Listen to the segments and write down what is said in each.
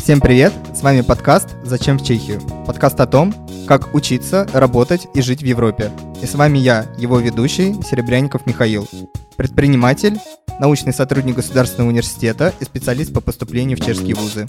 Всем привет! С вами подкаст «Зачем в Чехию?». Подкаст о том, как учиться, работать и жить в Европе. И с вами я, его ведущий, Серебрянников Михаил, предприниматель, научный сотрудник Государственного университета и специалист по поступлению в чешские вузы.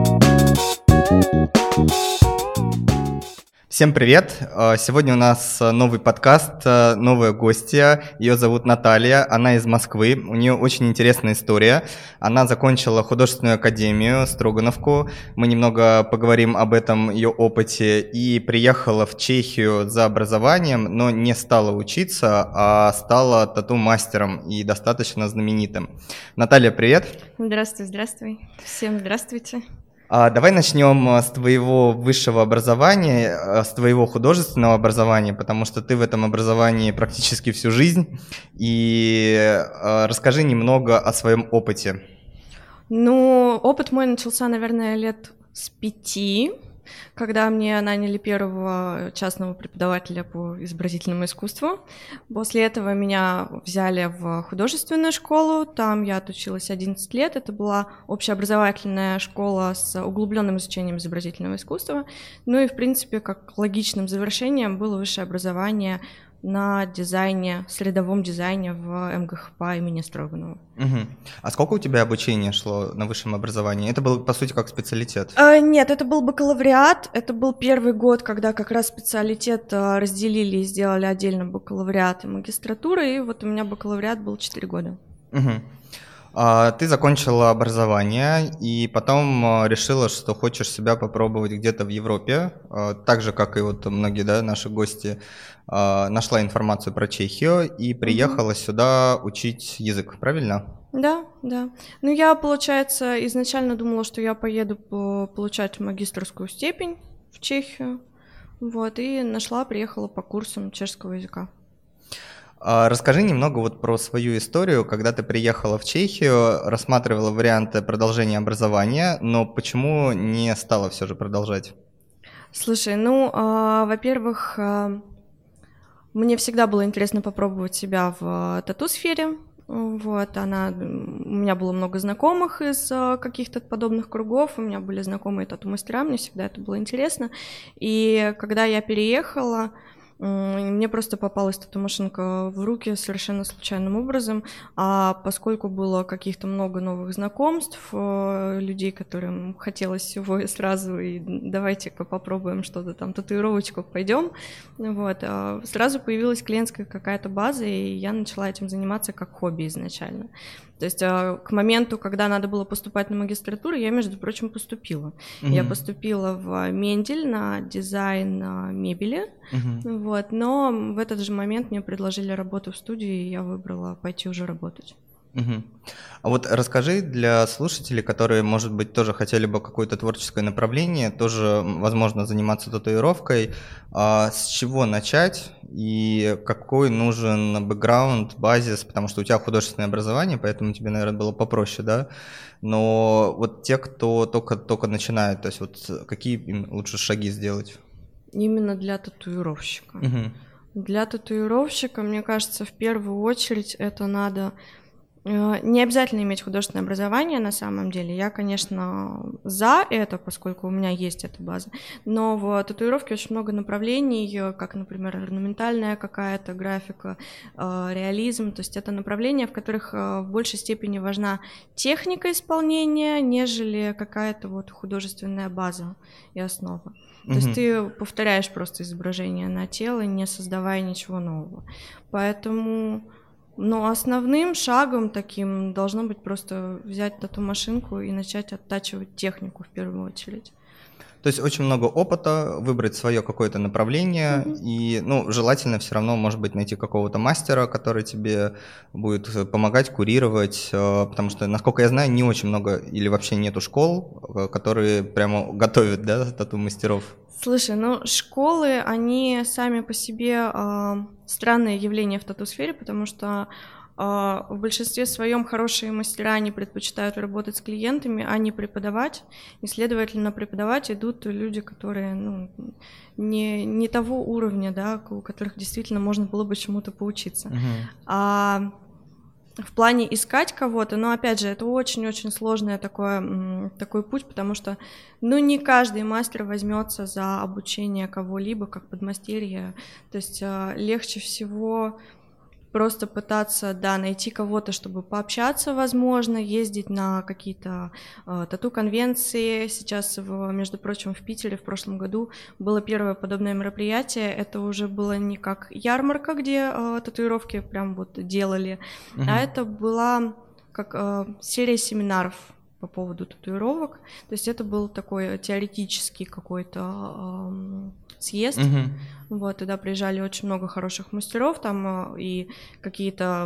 Всем привет! Сегодня у нас новый подкаст, новая гостья. Ее зовут Наталья, она из Москвы. У нее очень интересная история. Она закончила художественную академию Строгановку. Мы немного поговорим об этом ее опыте. И приехала в Чехию за образованием, но не стала учиться, а стала тату-мастером и достаточно знаменитым. Наталья, привет! Здравствуй. Всем здравствуйте. Давай начнем с твоего высшего образования, с твоего художественного образования, потому что ты в этом образовании практически всю жизнь. И расскажи немного о своем опыте. Опыт мой начался, наверное, лет с 5, когда мне наняли первого частного преподавателя по изобразительному искусству. После этого меня взяли в художественную школу, там я отучилась 11 лет. Это была общеобразовательная школа с углубленным изучением изобразительного искусства. И, в принципе, как логичным завершением было высшее образование на дизайне, средовом дизайне в МГХПА имени Строганова. Угу. А сколько у тебя обучения шло на высшем образовании? Это был, по сути, как специалитет? Нет, это был бакалавриат. Это был первый год, когда как раз специалитет разделили и сделали отдельно бакалавриат и магистратуру. И вот у меня бакалавриат был 4 года. Угу. Ты закончила образование и потом решила, что хочешь себя попробовать где-то в Европе, так же, как и вот многие, да, наши гости, нашла информацию про Чехию и приехала сюда учить язык, правильно? Да. Я, получается, изначально думала, что я поеду получать магистерскую степень в Чехию, и приехала по курсам чешского языка. Расскажи немного вот про свою историю, когда ты приехала в Чехию, рассматривала варианты продолжения образования, но почему не стала все же продолжать? Слушай, во-первых, мне всегда было интересно попробовать себя в тату-сфере. У меня было много знакомых из каких-то подобных кругов, у меня были знакомые тату-мастера, мне всегда это было интересно. И когда я переехала, мне просто попалась тату-машинка в руки совершенно случайным образом, а поскольку было каких-то много новых знакомств, людей, которым хотелось всего и сразу, и давайте-ка попробуем что-то там, татуировочку, пойдем, сразу появилась клиентская какая-то база, и я начала этим заниматься как хобби изначально. То есть к моменту, когда надо было поступать на магистратуру, я, между прочим, поступила. Я поступила в Мендель на дизайн мебели, но в этот же момент мне предложили работу в студии, и я выбрала пойти уже работать. А вот расскажи для слушателей, которые, может быть, тоже хотели бы какое-то творческое направление, тоже, возможно, заниматься татуировкой, с чего начать и какой нужен бэкграунд, базис, потому что у тебя художественное образование, поэтому тебе, наверное, было попроще, да? Но вот те, кто только начинает, то есть вот какие им лучше шаги сделать? Именно для татуировщика. Для татуировщика, мне кажется, в первую очередь это надо... Не обязательно иметь художественное образование на самом деле. Я, конечно, за это, поскольку у меня есть эта база. Но в татуировке очень много направлений, как, например, орнаментальная какая-то графика, реализм. То есть это направления, в которых в большей степени важна техника исполнения, нежели какая-то художественная база и основа. То есть ты повторяешь просто изображение на тело, не создавая ничего нового. Поэтому... основным шагом таким должно быть просто взять тату-машинку и начать оттачивать технику в первую очередь. То есть очень много опыта, выбрать свое какое-то направление и, желательно все равно, может быть, найти какого-то мастера, который тебе будет помогать, курировать, потому что, насколько я знаю, не очень много или вообще нету школ, которые прямо готовят, да, тату-мастеров. Слушай, школы, они сами по себе странное явление в тату-сфере, потому что в большинстве своем хорошие мастера, они предпочитают работать с клиентами, а не преподавать. И, следовательно, преподавать идут люди, которые не того уровня, да, у которых действительно можно было бы чему-то поучиться. в плане искать кого-то, но опять же, это очень-очень сложный такой путь, потому что, не каждый мастер возьмется за обучение кого-либо, как подмастерье. То есть легче всего просто пытаться, найти кого-то, чтобы пообщаться, возможно, ездить на какие-то тату-конвенции. Сейчас, между прочим, в Питере в прошлом году было первое подобное мероприятие. Это уже было не как ярмарка, где татуировки прям вот делали, а это была как серия семинаров по поводу татуировок. То есть это был такой теоретический какой-то съезд. Вот, туда приезжали очень много хороших мастеров, там и какие-то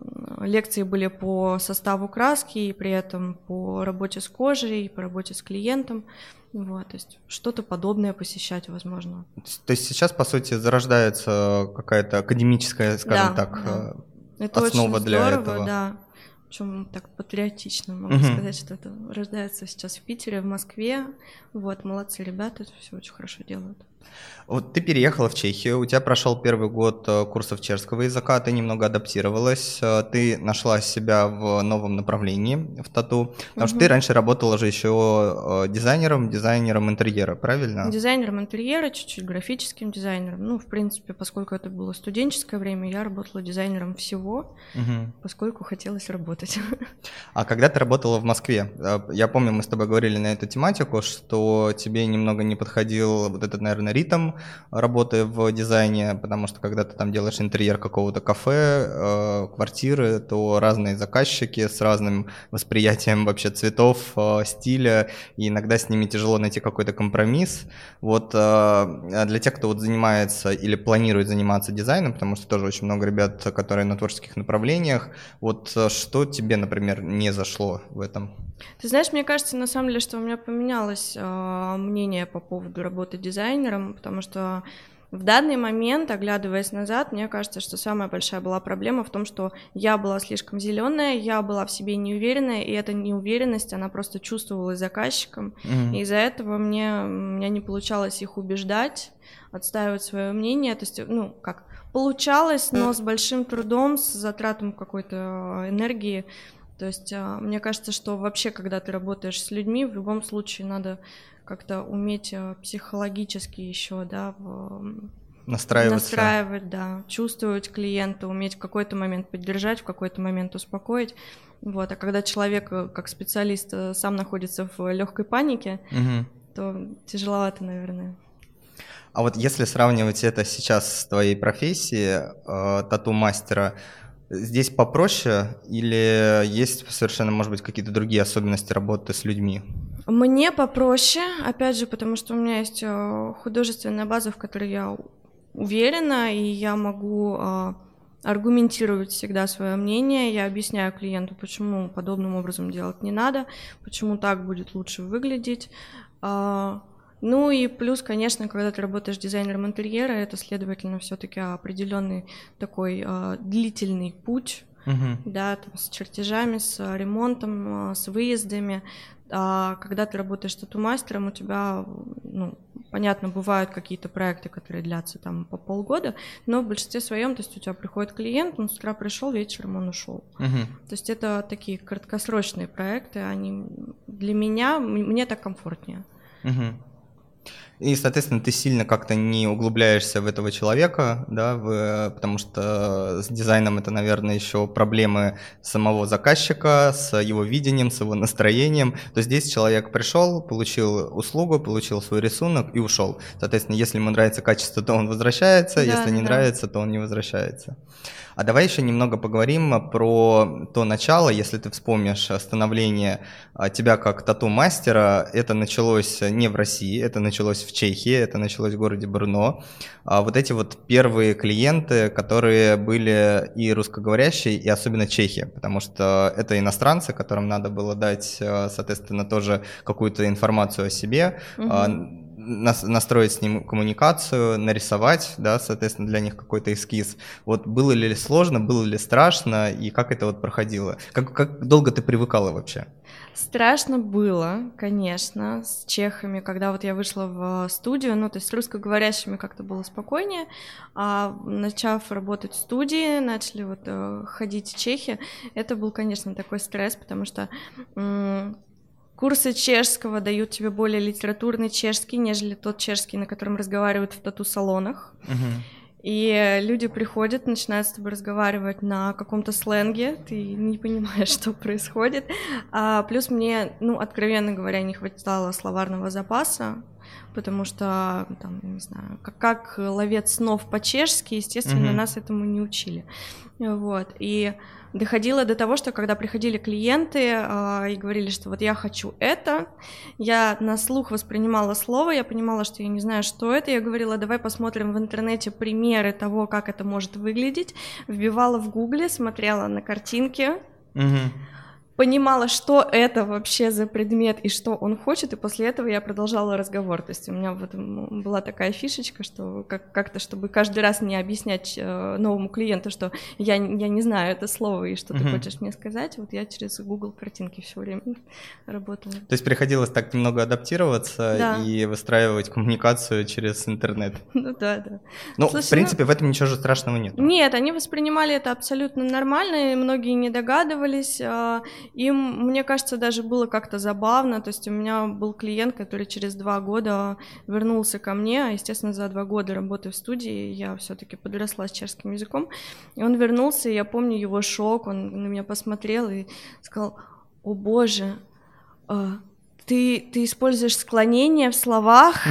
лекции были по составу краски, и при этом по работе с кожей, и по работе с клиентом. Вот, то есть что-то подобное посещать возможно. То есть сейчас, по сути, зарождается какая-то академическая, скажем так, это основа очень для здорово, этого. Да. Причем так патриотично могу сказать, что это рождается сейчас в Питере, в Москве. Вот, молодцы ребята, это все очень хорошо делают. Вот ты переехала в Чехию, у тебя прошел первый год курсов чешского языка, ты немного адаптировалась, ты нашла себя в новом направлении в тату, потому что ты раньше работала же еще дизайнером интерьера, правильно? Дизайнером интерьера, чуть-чуть графическим дизайнером. В принципе, поскольку это было студенческое время, я работала дизайнером всего, поскольку хотелось работать. А когда ты работала в Москве, я помню, мы с тобой говорили на эту тематику, что тебе немного не подходил вот этот, наверное, ритм работы в дизайне, потому что когда ты там делаешь интерьер какого-то кафе, квартиры, то разные заказчики с разным восприятием вообще цветов, стиля, и иногда с ними тяжело найти какой-то компромисс. Вот для тех, кто вот занимается или планирует заниматься дизайном, потому что тоже очень много ребят, которые на творческих направлениях, вот что тебе, например, не зашло в этом? Ты знаешь, мне кажется, на самом деле, что у меня поменялось мнение по поводу работы дизайнером, потому что в данный момент, оглядываясь назад, мне кажется, что самая большая была проблема в том, что я была слишком зеленая, я была в себе неуверенная, и эта неуверенность, она просто чувствовалась заказчиком, и из-за этого у меня не получалось их убеждать, отстаивать свое мнение, то есть, получалось, но с большим трудом, с затратом какой-то энергии. То есть мне кажется, что вообще, когда ты работаешь с людьми, в любом случае надо как-то уметь психологически еще, настраивать, чувствовать клиента, уметь в какой-то момент поддержать, в какой-то момент успокоить. Вот. А когда человек, как специалист, сам находится в легкой панике, то тяжеловато, наверное. А вот если сравнивать это сейчас с твоей профессией тату-мастера, здесь попроще или есть совершенно, может быть, какие-то другие особенности работы с людьми? Мне попроще, опять же, потому что у меня есть художественная база, в которой я уверена, и я могу аргументировать всегда свое мнение. Я объясняю клиенту, почему подобным образом делать не надо, почему так будет лучше выглядеть. И плюс, конечно, когда ты работаешь дизайнером интерьера, это, следовательно, все-таки определенный такой длительный путь, с чертежами, с ремонтом, с выездами. А когда ты работаешь тату-мастером, у тебя, понятно, бывают какие-то проекты, которые длятся там по полгода, но в большинстве своем, то есть у тебя приходит клиент, он с утра пришел, вечером он ушел. То есть это такие краткосрочные проекты, они для меня, мне так комфортнее. И, соответственно, ты сильно как-то не углубляешься в этого человека, потому что с дизайном это, наверное, еще проблемы самого заказчика, с его видением, с его настроением. То есть здесь человек пришел, получил услугу, получил свой рисунок и ушел. Соответственно, если ему нравится качество, то он возвращается, если не нравится, то он не возвращается. А давай еще немного поговорим про то начало, если ты вспомнишь становление тебя как тату-мастера. Это началось не в России, это началось в Чехии, это началось в городе Брно. Вот эти вот первые клиенты, которые были и русскоговорящие, и особенно чехи, потому что это иностранцы, которым надо было дать, соответственно, тоже какую-то информацию о себе. настроить с ним коммуникацию, нарисовать, да, соответственно, для них какой-то эскиз. Вот было ли сложно, было ли страшно, и как это вот проходило? Как долго ты привыкала вообще? Страшно было, конечно, с чехами, когда вот я вышла в студию, ну, то есть с русскоговорящими как-то было спокойнее, а начав работать в студии, начали вот ходить чехи, это был, конечно, такой стресс, потому что курсы чешского дают тебе более литературный чешский, нежели тот чешский, на котором разговаривают в тату-салонах. И люди приходят, начинают с тобой разговаривать на каком-то сленге, ты не понимаешь, что происходит. Плюс мне, ну, откровенно говоря, не хватало словарного запаса, потому что, там, не знаю, как ловец снов по-чешски, естественно, нас этому не учили. Вот, и доходило до того, что когда приходили клиенты и говорили, что вот я хочу это, я на слух воспринимала слово, я понимала, что я не знаю, что это, я говорила, давай посмотрим в интернете примеры того, как это может выглядеть, вбивала в гугле, смотрела на картинки, понимала, что это вообще за предмет и что он хочет, и после этого я продолжала разговор. То есть у меня вот была такая фишечка, что как-то, чтобы каждый раз не объяснять новому клиенту, что я не знаю это слово и что ты хочешь мне сказать, вот я через Google картинки все время работала. То есть приходилось так немного адаптироваться и выстраивать коммуникацию через интернет? Ну да. Ну, слушай, в принципе, в этом ничего же страшного нет. Нет, они воспринимали это абсолютно нормально, и многие не догадывались. Им, мне кажется, даже было как-то забавно, то есть у меня был клиент, который через 2 года вернулся ко мне, а, естественно, за 2 года работы в студии я все-таки подросла с чешским языком, и он вернулся, и я помню его шок, он на меня посмотрел и сказал: «О боже, ты используешь склонение в словах?»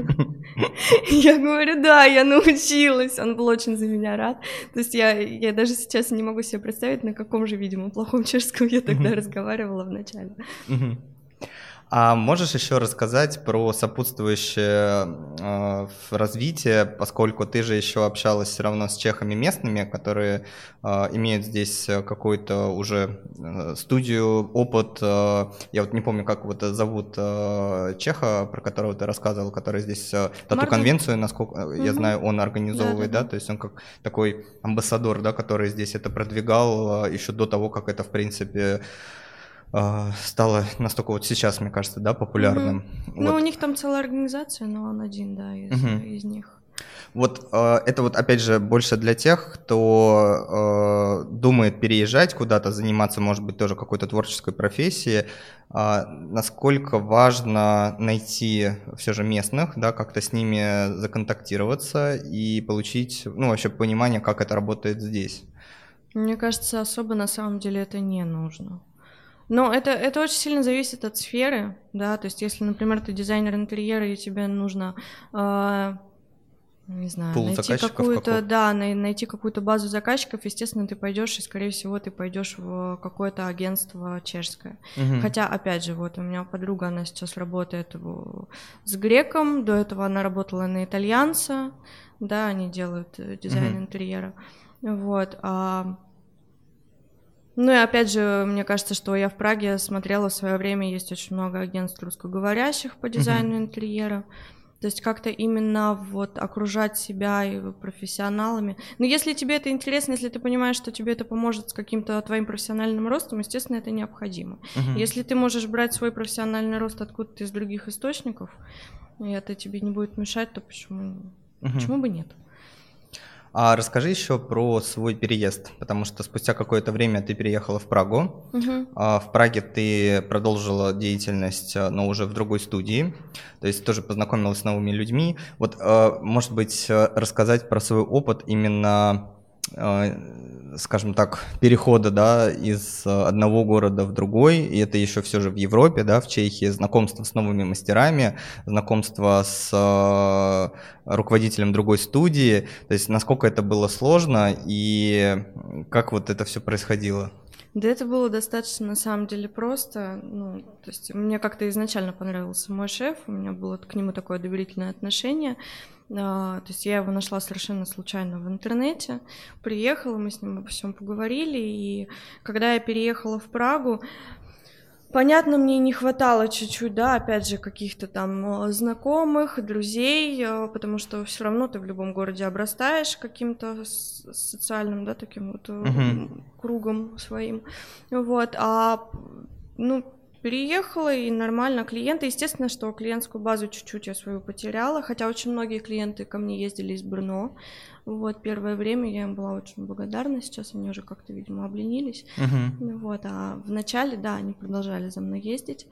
Я говорю, да, я научилась. Он был очень за меня рад. То есть я даже сейчас не могу себе представить, на каком же, видимо, плохом чешском я тогда разговаривала вначале. А можешь еще рассказать про сопутствующее развитие, поскольку ты же еще общалась все равно с чехами местными, которые имеют здесь какую-то уже студию, опыт. Я вот не помню, как вот зовут чеха, про которого ты рассказывал, который здесь тату-конвенцию, насколько я знаю, он организовывает, да? То есть он как такой амбассадор, да, который здесь это продвигал еще до того, как это, в принципе, стало настолько вот сейчас, мне кажется, да, популярным. Вот. Ну, у них там целая организация, но он один, да, из них. Вот это вот, опять же, больше для тех, кто думает переезжать куда-то, заниматься, может быть, тоже какой-то творческой профессией. Насколько важно найти все же местных, да, как-то с ними законтактироваться и получить, ну, вообще понимание, как это работает здесь. Мне кажется, особо на самом деле это не нужно. Но это очень сильно зависит от сферы, да, то есть если, например, ты дизайнер интерьера, и тебе нужно, не знаю, найти какую-то базу заказчиков, естественно, ты пойдешь, и, скорее всего, ты пойдешь в какое-то агентство чешское. Хотя, опять же, вот у меня подруга, она сейчас работает с греком, до этого она работала на итальянца, да, они делают дизайн интерьера, вот, ну и опять же, мне кажется, что я в Праге смотрела в свое время, есть очень много агентств русскоговорящих по дизайну интерьера. То есть как-то именно вот окружать себя и профессионалами. Но если тебе это интересно, если ты понимаешь, что тебе это поможет с каким-то твоим профессиональным ростом, естественно, это необходимо. Если ты можешь брать свой профессиональный рост откуда-то из других источников, и это тебе не будет мешать, то почему бы нет? А расскажи еще про свой переезд, потому что спустя какое-то время ты переехала в Прагу. В Праге ты продолжила деятельность, но уже в другой студии, то есть тоже познакомилась с новыми людьми. Вот, может быть, рассказать про свой опыт именно, скажем так, перехода, да, из одного города в другой, и это еще все же в Европе, да, в Чехии, знакомство с новыми мастерами, знакомство с руководителем другой студии, то есть насколько это было сложно и как вот это все происходило? Да это было достаточно, на самом деле, просто. Ну, то есть мне как-то изначально понравился мой шеф, у меня было к нему такое доверительное отношение. То есть я его нашла совершенно случайно в интернете, приехала, мы с ним обо всем поговорили, и когда я переехала в Прагу, Понятно, мне не хватало чуть-чуть, да, опять же, каких-то там знакомых, друзей, потому что все равно ты в любом городе обрастаешь каким-то социальным, да, таким вот кругом своим, вот, ну, переехала и нормально клиенты, естественно, что клиентскую базу чуть-чуть я свою потеряла, хотя очень многие клиенты ко мне ездили из Брно. Вот, первое время я им была очень благодарна, сейчас они уже как-то, видимо, обленились. Вот, а в начале, да, они продолжали за мной ездить.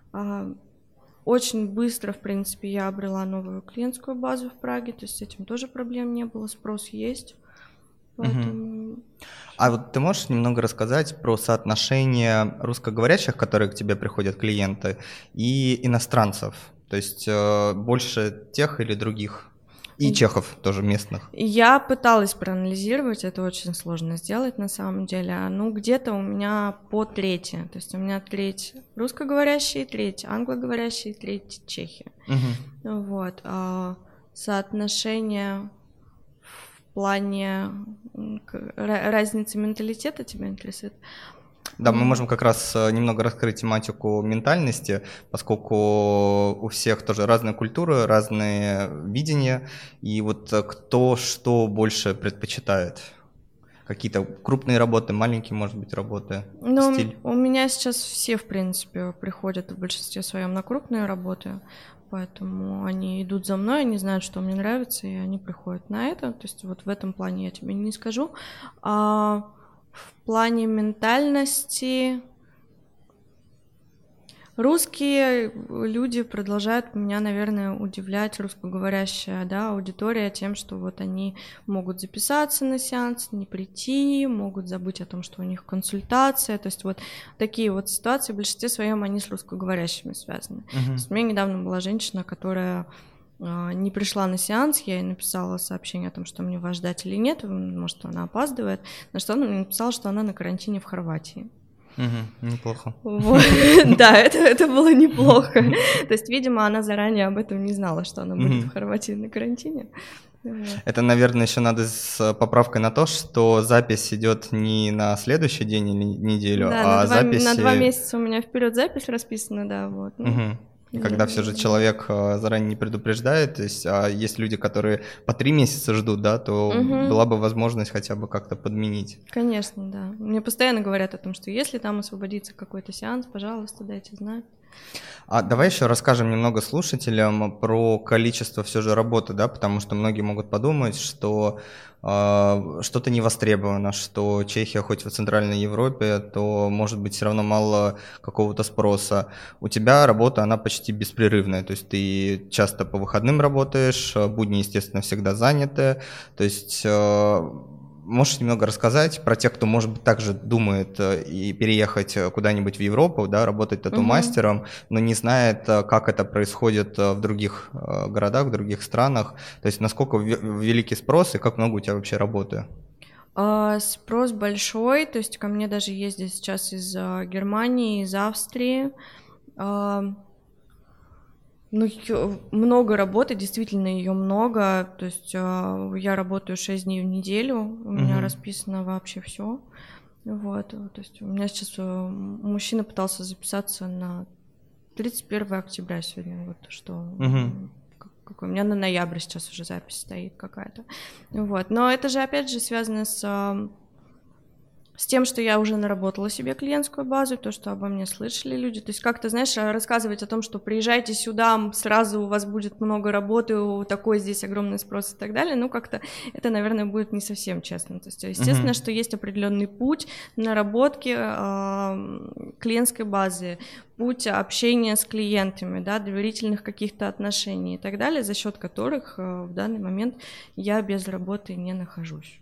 Очень быстро, в принципе, я обрела новую клиентскую базу в Праге, то есть с этим тоже проблем не было, спрос есть. Поэтому... А вот ты можешь немного рассказать про соотношение русскоговорящих, которые к тебе приходят клиенты, и иностранцев? То есть больше тех или других? И чехов тоже местных. Я пыталась проанализировать, это очень сложно сделать на самом деле. Ну, где-то у меня по трети. То есть у меня треть русскоговорящие, треть англоговорящие, треть чехи. Вот. Соотношение в плане разницы менталитета тебя интересует? Да, мы можем как раз немного раскрыть тематику ментальности, поскольку у всех тоже разные культуры, разные видения, и вот кто что больше предпочитает. Какие-то крупные работы, маленькие, может быть, работы, стиль? У меня сейчас все, в принципе, приходят в большинстве своем на крупные работы, поэтому они идут за мной, они знают, что мне нравится, и они приходят на это. То есть вот в этом плане я тебе не скажу. В плане ментальности русские люди продолжают меня, наверное, удивлять, русскоговорящая, да, аудитория тем, что вот они могут записаться на сеанс, не прийти, могут забыть о том, что у них консультация, то есть вот такие вот ситуации в большинстве своем они с русскоговорящими связаны. То есть у меня недавно была женщина, которая не пришла на сеанс, я ей написала сообщение о том, что мне вас ждать или нет, может, она опаздывает, на что она мне написала, что она на карантине в Хорватии. Неплохо. Да, это было неплохо. То есть, видимо, она заранее об этом не знала, что она будет в Хорватии на карантине. Это, наверное, еще надо с поправкой на то, что запись идет не на следующий день или неделю, а запись... на 2 месяца у меня вперед запись расписана, да, вот. И когда все же человек заранее не предупреждает, то есть есть люди, которые по 3 месяца ждут, да, то была бы возможность хотя бы как-то подменить. Конечно, да. Мне постоянно говорят о том, что если там освободится какой-то сеанс, пожалуйста, дайте знать. Давай еще расскажем немного слушателям про количество все же работы, да, потому что многие могут подумать, что что-то не востребовано, что Чехия хоть в Центральной Европе, то может быть все равно мало какого-то спроса. У тебя работа, она почти беспрерывная, то есть ты часто по выходным работаешь, будни, естественно, всегда заняты, то есть... Можешь немного рассказать про тех, кто, может быть, также думает и переехать куда-нибудь в Европу, да, работать тату-мастером, но не знает, как это происходит в других городах, в других странах? То есть насколько великий спрос и как много у тебя вообще работы? Спрос большой, то есть ко мне даже ездят сейчас из Германии, из Австрии. Ну, много работы, действительно ее много, то есть я работаю 6 дней в неделю, у меня расписано вообще все, вот, то есть у меня сейчас мужчина пытался записаться на 31 октября сегодня, вот что, у меня на ноябрь сейчас уже запись стоит какая-то, вот, но это же опять же связано с тем, что я уже наработала себе клиентскую базу, то, что обо мне слышали люди. То есть как-то, знаешь, рассказывать о том, что приезжайте сюда, сразу у вас будет много работы, такой здесь огромный спрос и так далее, ну как-то это, наверное, будет не совсем честно. То есть, естественно, что есть определенный путь наработки клиентской базы, путь общения с клиентами, да, доверительных каких-то отношений и так далее, за счет которых в данный момент я без работы не нахожусь.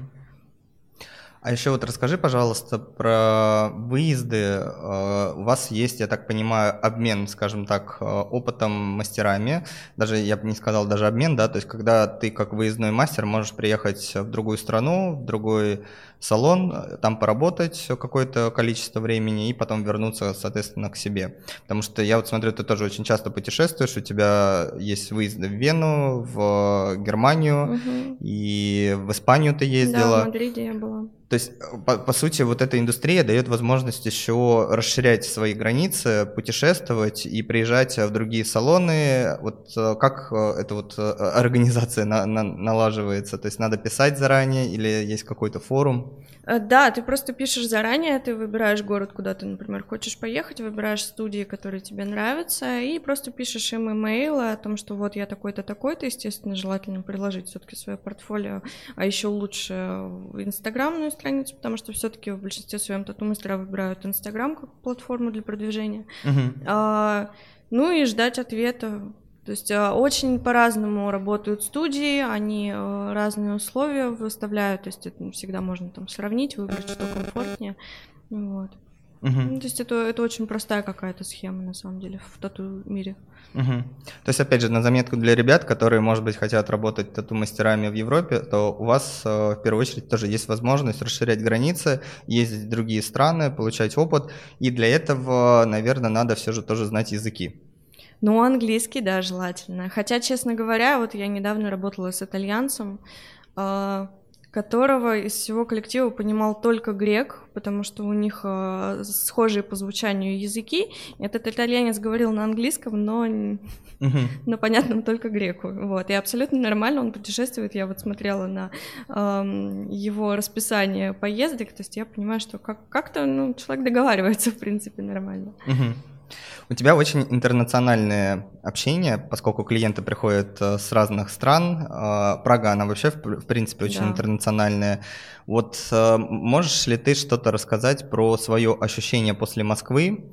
А еще вот расскажи, пожалуйста, про выезды. У вас есть, я так понимаю, обмен, скажем так, опытом мастерами. Даже, я бы не сказал, даже обмен, да, то есть когда ты как выездной мастер можешь приехать в другую страну, в другой салон, там поработать какое-то количество времени и потом вернуться, соответственно, к себе. Потому что я вот смотрю, ты тоже очень часто путешествуешь, у тебя есть выезды в Вену, в Германию и в Испанию ты ездила. Да, в Мадриде я была. То есть, по сути, вот эта индустрия дает возможность еще расширять свои границы, путешествовать и приезжать в другие салоны. Вот как эта вот организация налаживается? То есть надо писать заранее или есть какой-то форум? Да, ты просто пишешь заранее, ты выбираешь город, куда ты, например, хочешь поехать, выбираешь студии, которые тебе нравятся, и просто пишешь им имейл о том, что вот я такой-то, такой-то, естественно, желательно приложить все-таки свое портфолио, а еще лучше в инстаграмную страницу, потому что все-таки в большинстве своем тату-мастера выбирают Инстаграм как платформу для продвижения. Ну и ждать ответа. То есть очень по-разному работают студии, они разные условия выставляют, то есть это всегда можно там сравнить, выбрать, что комфортнее. Вот. Ну, то есть это очень простая какая-то схема, на самом деле, в тату-мире. То есть, опять же, на заметку для ребят, которые, может быть, хотят работать тату-мастерами в Европе, то у вас, в первую очередь, тоже есть возможность расширять границы, ездить в другие страны, получать опыт, и для этого, наверное, надо все же тоже знать языки. Ну, английский, да, желательно. Хотя, честно говоря, вот я недавно работала с итальянцем, которого из всего коллектива понимал только грек, потому что у них схожие по звучанию языки. Этот итальянец говорил на английском, но понятном только греку. Вот. И абсолютно нормально он путешествует. Я вот смотрела на его расписание поездок, то есть я понимаю, что как-то человек договаривается, в принципе, нормально. У тебя очень интернациональное общение, поскольку клиенты приходят с разных стран. Прага, она вообще, в принципе, очень интернациональная. Вот можешь ли ты что-то рассказать про свое ощущение после Москвы,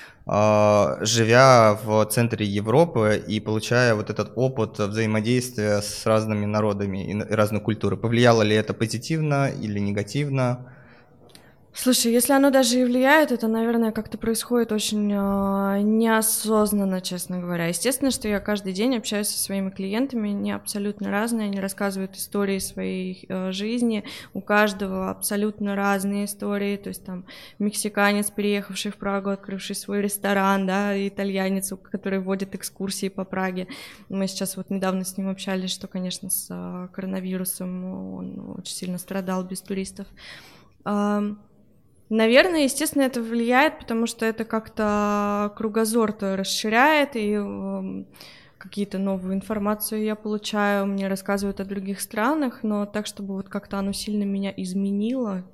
живя в центре Европы и получая вот этот опыт взаимодействия с разными народами и разной культурой? Повлияло ли это позитивно или негативно? Слушай, если оно даже и влияет, это, наверное, как-то происходит очень неосознанно, честно говоря. Естественно, что я каждый день общаюсь со своими клиентами, они абсолютно разные, они рассказывают истории своей жизни, у каждого абсолютно разные истории, то есть там мексиканец, переехавший в Прагу, открывший свой ресторан, да, итальянец, который водит экскурсии по Праге. Мы сейчас вот недавно с ним общались, что, конечно, с коронавирусом он очень сильно страдал без туристов. Наверное, естественно, это влияет, потому что это как-то кругозор-то расширяет, и какие-то новую информацию я получаю, мне рассказывают о других странах, но так, чтобы вот как-то оно сильно меня изменило,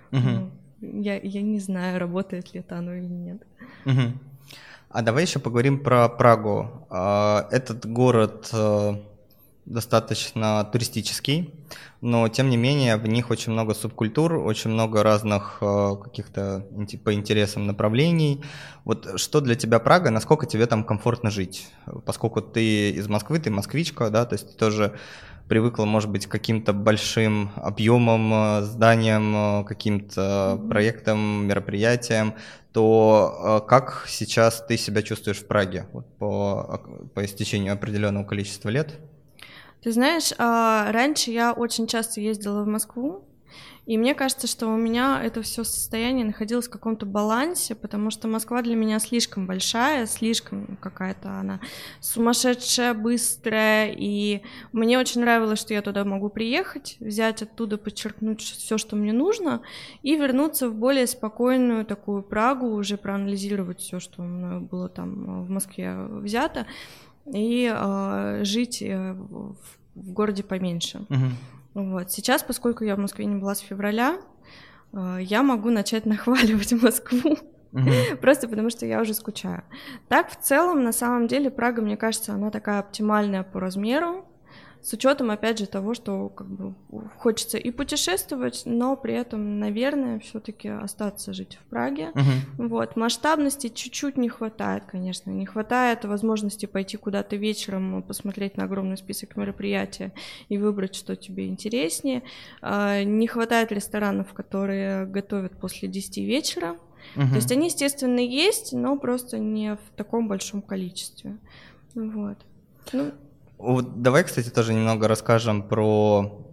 я не знаю, работает ли это оно или нет. А давай еще поговорим про Прагу. Этот город достаточно туристический, но тем не менее в них очень много субкультур, очень много разных каких-то по интересам направлений. Вот что для тебя Прага, насколько тебе там комфортно жить? Поскольку ты из Москвы, ты москвичка, да, то есть ты тоже привыкла, может быть, к каким-то большим объемам, зданиям, каким-то проектам, мероприятиям, то как сейчас ты себя чувствуешь в Праге вот, по истечению определенного количества лет? Ты знаешь, раньше я очень часто ездила в Москву, и мне кажется, что у меня это все состояние находилось в каком-то балансе, потому что Москва для меня слишком большая, слишком какая-то она сумасшедшая, быстрая, и мне очень нравилось, что я туда могу приехать, взять оттуда, подчеркнуть все, что мне нужно, и вернуться в более спокойную такую Прагу, уже проанализировать все, что у меня было там в Москве взято, и жить в городе поменьше. Вот. Сейчас, поскольку я в Москве не была с февраля, я могу начать нахваливать Москву, просто потому что я уже скучаю. Так, в целом, на самом деле, Прага, мне кажется, она такая оптимальная по размеру, с учетом, опять же, того, что как бы хочется и путешествовать, но при этом, наверное, все-таки остаться жить в Праге. Вот. Масштабности чуть-чуть не хватает, конечно. Не хватает возможности пойти куда-то вечером, посмотреть на огромный список мероприятий и выбрать, что тебе интереснее. Не хватает ресторанов, которые готовят после 10 вечера. То есть они, естественно, есть, но просто не в таком большом количестве. Вот. Вот давай, кстати, тоже немного расскажем про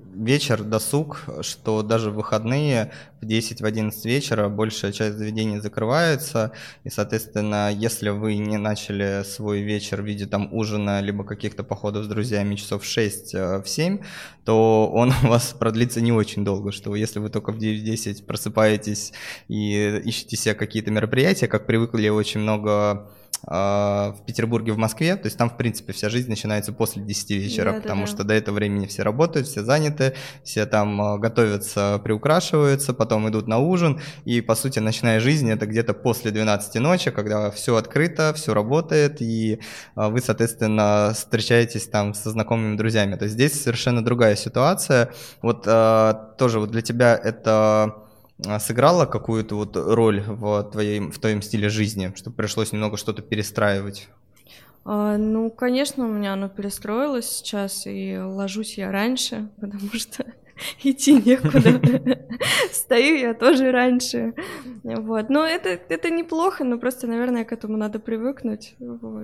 вечер, досуг, что даже в выходные в 10-11 вечера большая часть заведений закрывается, и, соответственно, если вы не начали свой вечер в виде там ужина, либо каких-то походов с друзьями часов в 6, в 7, то он у вас продлится не очень долго, что если вы только в 9-10 просыпаетесь и ищете себе какие-то мероприятия, как привыкли очень много в Петербурге, в Москве, то есть там, в принципе, вся жизнь начинается после 10 вечера, потому что до этого времени все работают, все заняты, все там готовятся, приукрашиваются, потом идут на ужин, и, по сути, ночная жизнь — это где-то после 12 ночи, когда все открыто, все работает, и вы, соответственно, встречаетесь там со знакомыми друзьями. То есть здесь совершенно другая ситуация. Вот тоже вот для тебя это сыграла какую-то вот роль в твоем стиле жизни, что пришлось немного что-то перестраивать? Ну, конечно, у меня оно перестроилось сейчас, и ложусь я раньше, потому что идти некуда. Стою я тоже раньше. Вот. Но это неплохо, но просто, наверное, к этому надо привыкнуть. Вот.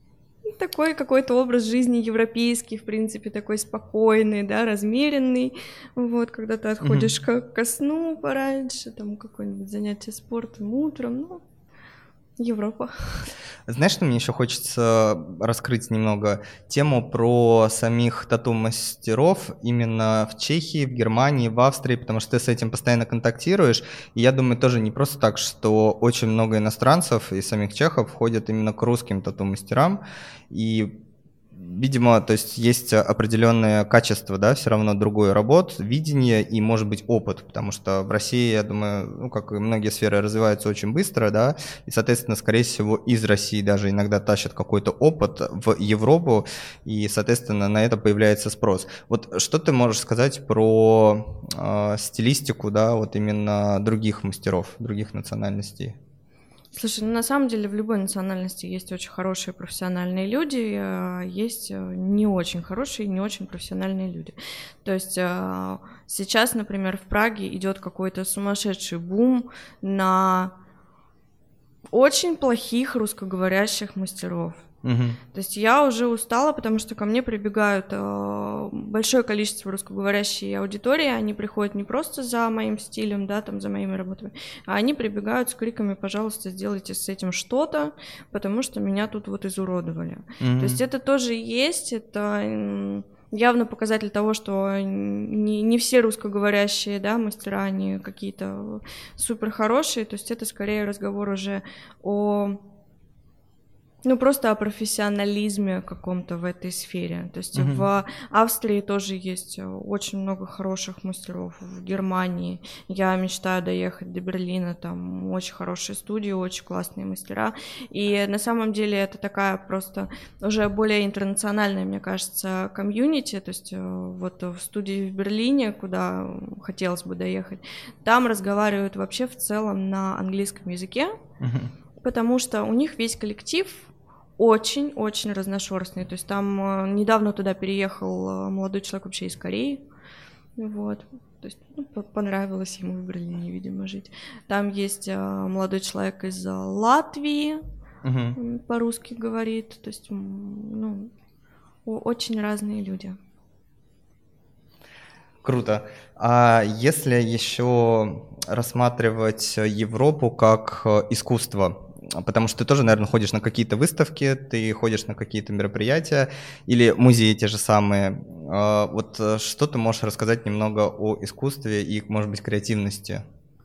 Такой какой-то образ жизни европейский, в принципе, такой спокойный, да, размеренный. Вот, когда ты отходишь ко сну пораньше, там какое-нибудь занятие спортом утром, ну, Европа. Знаешь, что мне еще хочется раскрыть немного? Тему про самих тату-мастеров именно в Чехии, в Германии, в Австрии, потому что ты с этим постоянно контактируешь. И я думаю, тоже не просто так, что очень много иностранцев и самих чехов ходят именно к русским тату-мастерам. И видимо, то есть есть определенное качество, да, все равно другой работ, видение и, может быть, опыт, потому что в России, я думаю, ну, как и многие сферы, развиваются очень быстро, да, и, соответственно, скорее всего, из России даже иногда тащат какой-то опыт в Европу, и, соответственно, на это появляется спрос. Вот что ты можешь сказать про стилистику, да, вот именно других мастеров, других национальностей? Слушай, ну на самом деле в любой национальности есть очень хорошие профессиональные люди, есть не очень хорошие, не очень профессиональные люди. То есть сейчас, например, в Праге идет какой-то сумасшедший бум на очень плохих русскоговорящих мастеров. То есть я уже устала, потому что ко мне прибегают большое количество русскоговорящей аудитории, они приходят не просто за моим стилем, да, там, за моими работами, а они прибегают с криками: пожалуйста, сделайте с этим что-то, потому что меня тут вот изуродовали. То есть это тоже есть, это явно показатель того, что не все русскоговорящие, да, мастера, они какие-то супер хорошие, то есть это скорее разговор уже просто о профессионализме каком-то в этой сфере. То есть в Австрии тоже есть очень много хороших мастеров, в Германии. Я мечтаю доехать до Берлина, там очень хорошие студии, очень классные мастера. И на самом деле это такая просто уже более интернациональная, мне кажется, комьюнити. То есть вот в студии в Берлине, куда хотелось бы доехать, там разговаривают вообще в целом на английском языке, потому что у них весь коллектив очень-очень разношерстный. То есть там недавно туда переехал молодой человек вообще из Кореи. Вот. То есть понравилось ему в Берлине, видимо, жить. Там есть молодой человек из Латвии, по-русски говорит. То есть, очень разные люди. Круто. А если еще рассматривать Европу как искусство, потому что ты тоже, наверное, ходишь на какие-то выставки, ты ходишь на какие-то мероприятия или музеи те же самые. Вот что ты можешь рассказать немного о искусстве и, может быть, креативности?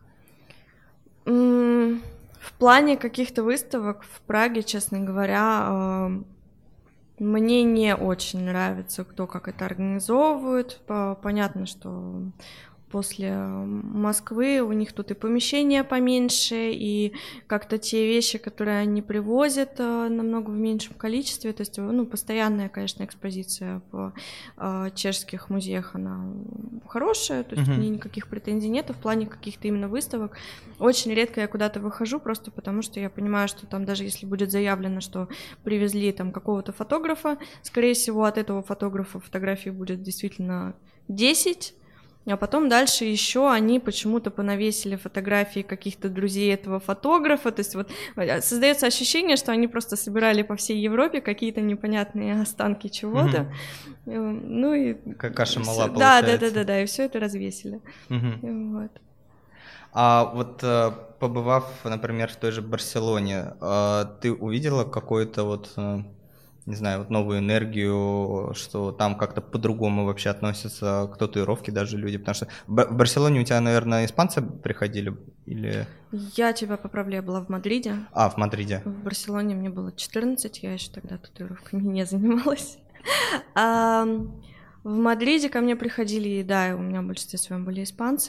В плане каких-то выставок в Праге, честно говоря, мне не очень нравится, кто как это организовывает. Понятно, что после Москвы у них тут и помещения поменьше, и как-то те вещи, которые они привозят, намного в меньшем количестве. То есть, постоянная, конечно, экспозиция в чешских музеях, она хорошая, то есть мне никаких претензий нет. В плане каких-то именно выставок очень редко я куда-то выхожу, просто потому что я понимаю, что там даже если будет заявлено, что привезли там какого-то фотографа, скорее всего, от этого фотографа фотографий будет действительно 10, А потом дальше еще они почему-то понавесили фотографии каких-то друзей этого фотографа. То есть вот создается ощущение, что они просто собирали по всей Европе какие-то непонятные останки чего-то. Ну и каша мала получается. Да, и все это развесили. Вот. А вот побывав, например, в той же Барселоне, ты увидела какую-то вот, не знаю, вот новую энергию, что там как-то по-другому вообще относятся к татуировке даже люди? Потому что в Барселоне у тебя, наверное, испанцы приходили? Или... Я тебя поправляю, была в Мадриде. В Мадриде. В Барселоне мне было 14, я еще тогда татуировками не занималась. В Мадриде ко мне приходили, да, у меня в большинстве своем были испанцы.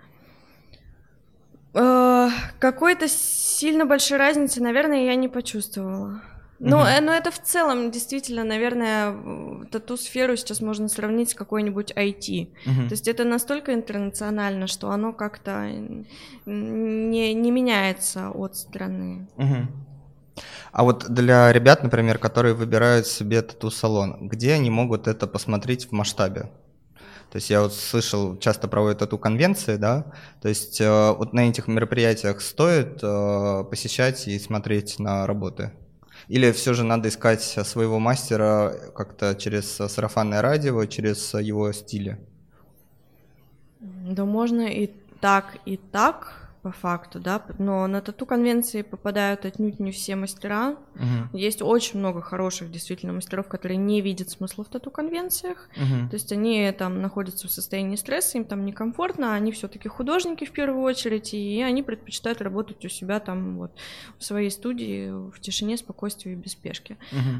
Какой-то сильно большой разницы, наверное, я не почувствовала. Но это в целом действительно, наверное, тату-сферу сейчас можно сравнить с какой-нибудь IT. То есть это настолько интернационально, что оно как-то не меняется от страны. А вот для ребят, например, которые выбирают себе тату-салон, где они могут это посмотреть в масштабе? То есть я вот слышал, часто проводят тату-конвенции, да, то есть вот на этих мероприятиях стоит посещать и смотреть на работы? Или все же надо искать своего мастера как-то через сарафанное радио, через его стили? Да можно и так, по факту, да, но на тату-конвенции попадают отнюдь не все мастера. Есть очень много хороших действительно мастеров, которые не видят смысла в тату-конвенциях, то есть они там находятся в состоянии стресса, им там некомфортно, они все-таки художники в первую очередь, и они предпочитают работать у себя там вот в своей студии в тишине, спокойствии и без спешки.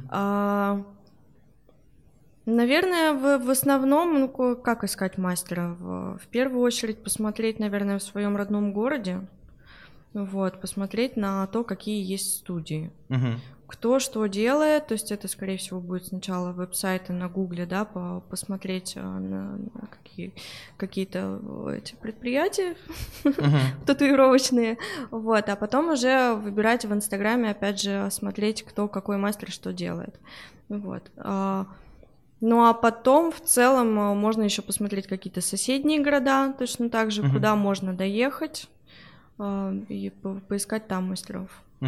Наверное, в основном, ну, как искать мастера? В первую очередь посмотреть, наверное, в своем родном городе, вот, посмотреть на то, какие есть студии. Кто что делает, то есть это, скорее всего, будет сначала веб-сайты на Гугле, да, посмотреть на какие-то эти предприятия татуировочные, вот, а потом уже выбирать в Инстаграме, опять же, смотреть, кто, какой мастер что делает, вот. Ну а потом в целом можно еще посмотреть какие-то соседние города, точно так же, куда можно доехать и поискать там мастеров.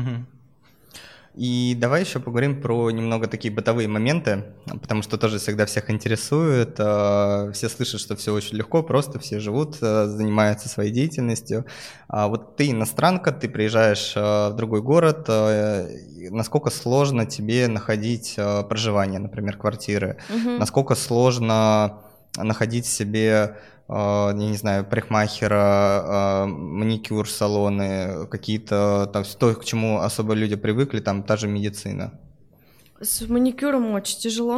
И давай еще поговорим про немного такие бытовые моменты, потому что тоже всегда всех интересует. Все слышат, что все очень легко, просто все живут, занимаются своей деятельностью. Вот ты иностранка, ты приезжаешь в другой город. Насколько сложно тебе находить проживание, например, квартиры? Насколько сложно находить себе, я не знаю, парикмахера, маникюр, салоны, какие-то там, то, к чему особо люди привыкли, там та же медицина? С маникюром очень тяжело.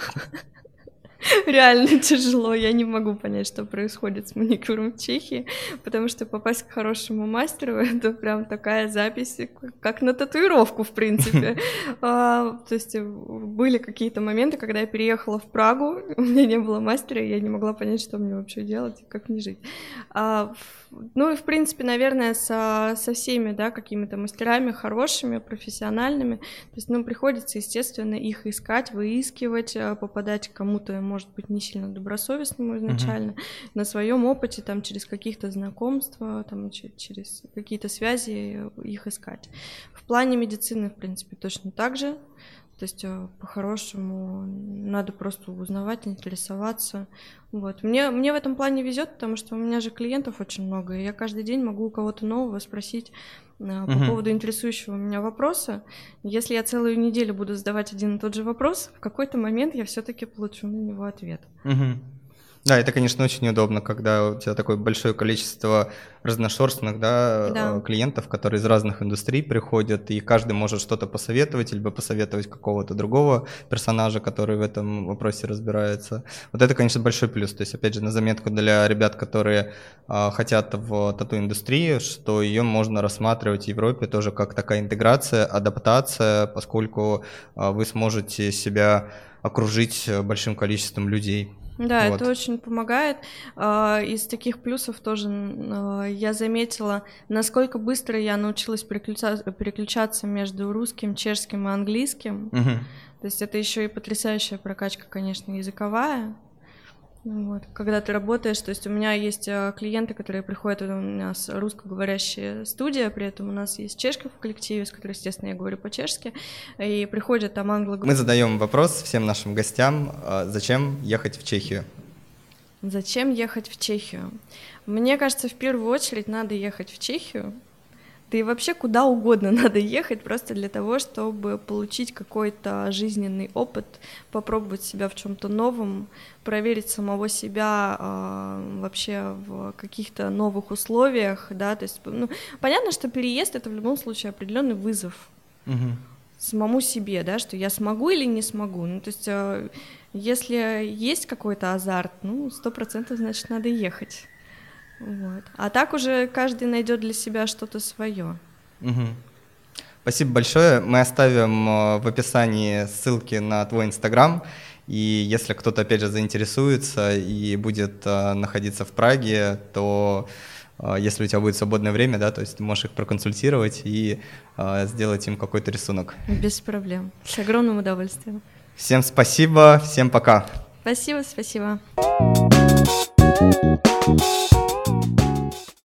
Реально тяжело, я не могу понять, что происходит с маникюром в Чехии, потому что попасть к хорошему мастеру — это прям такая запись, как на татуировку, в принципе. То есть были какие-то моменты, когда я переехала в Прагу, у меня не было мастера, и я не могла понять, что мне вообще делать и как мне жить. Ну и, в принципе, наверное, со всеми, да, какими-то мастерами хорошими, профессиональными, то есть, ну, приходится, естественно, их искать, выискивать, попадать к кому-то, может быть, не сильно добросовестному изначально, на своем опыте, там, через каких-то знакомства, там, через какие-то связи их искать. В плане медицины, в принципе, точно так же. То есть по-хорошему надо просто узнавать, интересоваться. Вот. Мне в этом плане везет, потому что у меня же клиентов очень много, и я каждый день могу у кого-то нового спросить по поводу интересующего меня вопроса. Если я целую неделю буду задавать один и тот же вопрос, в какой-то момент я все-таки получу на него ответ. Да, это, конечно, очень удобно, когда у тебя такое большое количество разношерстных, да, клиентов, которые из разных индустрий приходят, и каждый может что-то посоветовать, либо посоветовать какого-то другого персонажа, который в этом вопросе разбирается. Вот это, конечно, большой плюс. То есть, опять же, на заметку для ребят, которые хотят в тату-индустрии, что ее можно рассматривать в Европе тоже как такая интеграция, адаптация, поскольку вы сможете себя окружить большим количеством людей. Да, вот. Это очень помогает. Из таких плюсов тоже я заметила, насколько быстро я научилась переключаться между русским, чешским и английским. То есть это еще и потрясающая прокачка, конечно, языковая. Вот. Когда ты работаешь, то есть у меня есть клиенты, которые приходят, у нас русскоговорящая студия, при этом у нас есть чешка в коллективе, с которой, естественно, я говорю по-чешски, и приходят там Мы задаем вопрос всем нашим гостям, зачем ехать в Чехию? Зачем ехать в Чехию? Мне кажется, в первую очередь надо ехать в Чехию, да и вообще куда угодно надо ехать просто для того, чтобы получить какой-то жизненный опыт, попробовать себя в чем-то новом, проверить самого себя вообще в каких-то новых условиях, да, то есть, ну, понятно, что переезд — это в любом случае определенный вызов самому себе, да, что я смогу или не смогу, ну, то есть, если есть какой-то азарт, ну, 100% значит, надо ехать. Вот. А так уже каждый найдет для себя что-то свое. Спасибо большое. Мы оставим в описании ссылки на твой Инстаграм. И если кто-то, опять же, заинтересуется и будет находиться в Праге, то если у тебя будет свободное время, да, то есть ты можешь их проконсультировать и сделать им какой-то рисунок. Без проблем. С огромным удовольствием. Всем спасибо, всем пока. Спасибо.